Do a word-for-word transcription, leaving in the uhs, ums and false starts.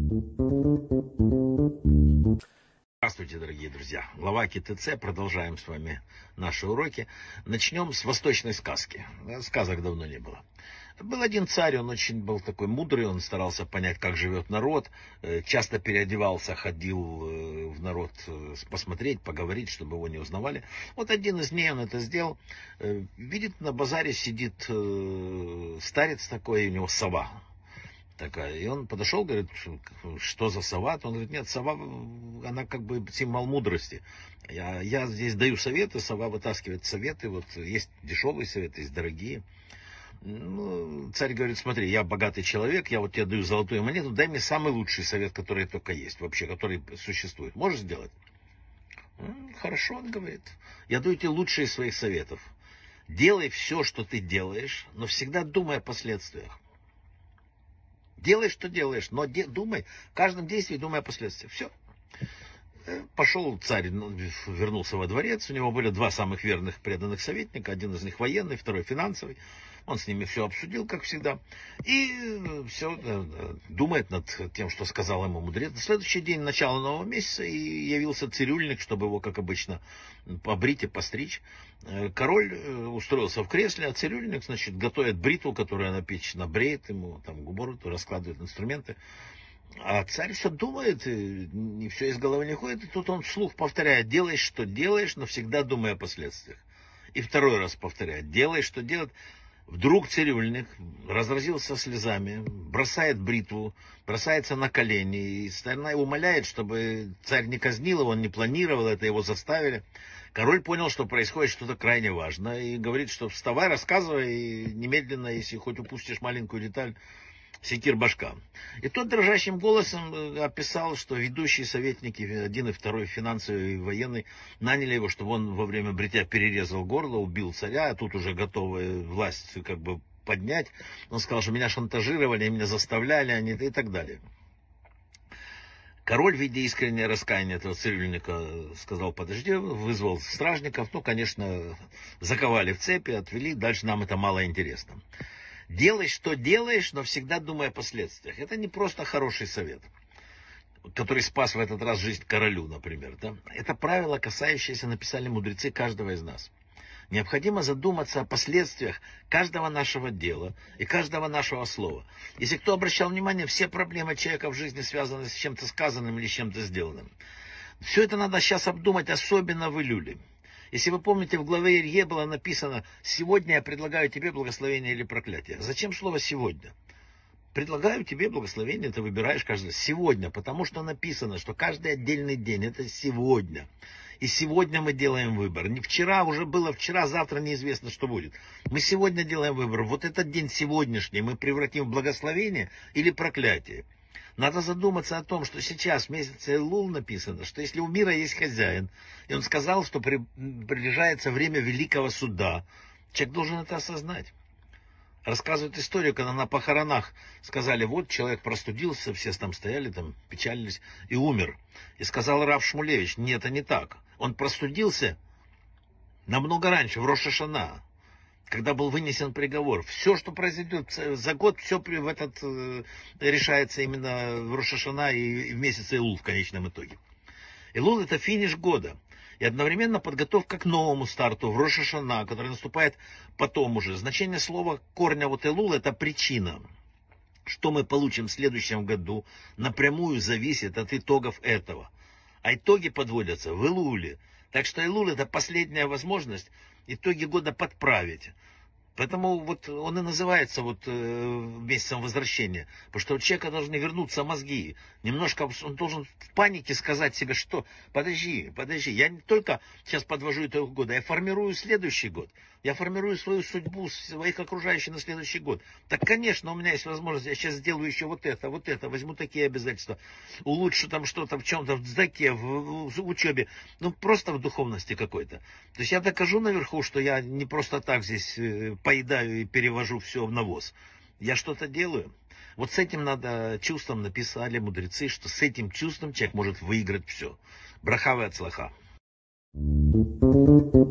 Здравствуйте, дорогие друзья. Лаваки ТЦ. Продолжаем с вами наши уроки. Начнем с восточной сказки. Сказок давно не было. Был один царь, он очень был такой мудрый, он старался понять, как живет народ. Часто переодевался, ходил в народ посмотреть, поговорить, чтобы его не узнавали. Вот один из дней он это сделал. Видит, на базаре сидит старец такой, у него сова такая. И он подошел, говорит, что за сова? Он говорит, нет, сова, она как бы символ мудрости. Я, я здесь даю советы, сова вытаскивает советы. Вот есть дешевые советы, есть дорогие. Ну, царь говорит, смотри, я богатый человек, я вот тебе даю золотую монету, дай мне самый лучший совет, который только есть, вообще, который существует. Можешь сделать? Хорошо, он говорит. Я даю тебе лучшие из своих советов. Делай все, что ты делаешь, но всегда думай о последствиях. Делай, что делаешь, но де- думай, в каждом действии думай о последствиях. Все. Пошел царь, вернулся во дворец, у него были два самых верных преданных советника, один из них военный, второй финансовый. Он с ними все обсудил, как всегда, и все думает над тем, что сказал ему мудрец. На следующий день, начало нового месяца, и явился цирюльник, чтобы его, как обычно, побрить и постричь. Король устроился в кресле, а цирюльник, значит, готовит бритву, которая напечена, бреет ему, там, бороду, раскладывает инструменты. А царь все думает, и все из головы не ходит, и тут он вслух повторяет: делай, что делаешь, но всегда думай о последствиях. И второй раз повторяет: делай, что делать. Вдруг цирюльник разразился слезами, бросает бритву, бросается на колени, и старина умоляет, чтобы царь не казнил его, он не планировал это, его заставили. Король понял, что происходит что-то крайне важное, и говорит, что вставай, рассказывай, и немедленно, если хоть упустишь маленькую деталь, секир башка. И тот дрожащим голосом описал, что ведущие советники, один и второй, финансовый и военный, наняли его, чтобы он во время бритья перерезал горло, убил царя, а тут уже готовы власть как бы поднять. Он сказал, что меня шантажировали, меня заставляли, они и так далее. Король, видя искреннее раскаяние этого цирюльника, сказал: подожди, вызвал стражников, ну, конечно, заковали в цепи, отвели, дальше нам это мало интересно. Делай, что делаешь, но всегда думай о последствиях. Это не просто хороший совет, который спас в этот раз жизнь королю, например. Да? Это правило, касающееся, написали мудрецы, каждого из нас. Необходимо задуматься о последствиях каждого нашего дела и каждого нашего слова. Если кто обращал внимание, все проблемы человека в жизни связаны с чем-то сказанным или с чем-то сделанным. Все это надо сейчас обдумать, особенно в Илюле. Если вы помните, в главе Илье было написано: «Сегодня я предлагаю тебе благословение или проклятие». Зачем слово «сегодня»? Предлагаю тебе благословение, ты выбираешь каждый сегодня, потому что написано, что каждый отдельный день — это сегодня. И сегодня мы делаем выбор. Не вчера, уже было вчера, завтра неизвестно, что будет. Мы сегодня делаем выбор. Вот этот день сегодняшний мы превратим в благословение или проклятие. Надо задуматься о том, что сейчас в месяце Элул написано, что если у мира есть хозяин, и он сказал, что при, приближается время великого суда, человек должен это осознать. Рассказывают историю, когда на похоронах сказали: вот человек простудился, все там стояли, там печалились, и умер. И сказал рав Шмулевич: нет, это не так. Он простудился намного раньше, в Рош ха-Шана, когда был вынесен приговор. Все, что произойдет за год, все в этот, э, решается именно в Рош ха-Шана и в месяце Элул в конечном итоге. Элул — это финиш года. И одновременно подготовка к новому старту в Рош ха-Шана, который наступает потом уже. Значение слова корня вот Элул — это причина. Что мы получим в следующем году, напрямую зависит от итогов этого. А итоги подводятся в Элуле. Так что Элул — это последняя возможность итоги года подправить. Поэтому вот он и называется вот э, месяцем возвращения. Потому что у человека должны вернуться мозги. Немножко он должен в панике сказать себе, что подожди, подожди, я не только сейчас подвожу итог года, я формирую следующий год. Я формирую свою судьбу, своих окружающих на следующий год. Так, конечно, у меня есть возможность, я сейчас сделаю еще вот это, вот это, возьму такие обязательства, улучшу там что-то в чем-то, в здаке, в, в учебе, ну просто в духовности какой-то. То есть я докажу наверху, что я не просто так здесь поедаю и перевожу все в навоз. Я что-то делаю. Вот с этим надо чувством, написали мудрецы, что с этим чувством человек может выиграть все. Браха ве ацлаха.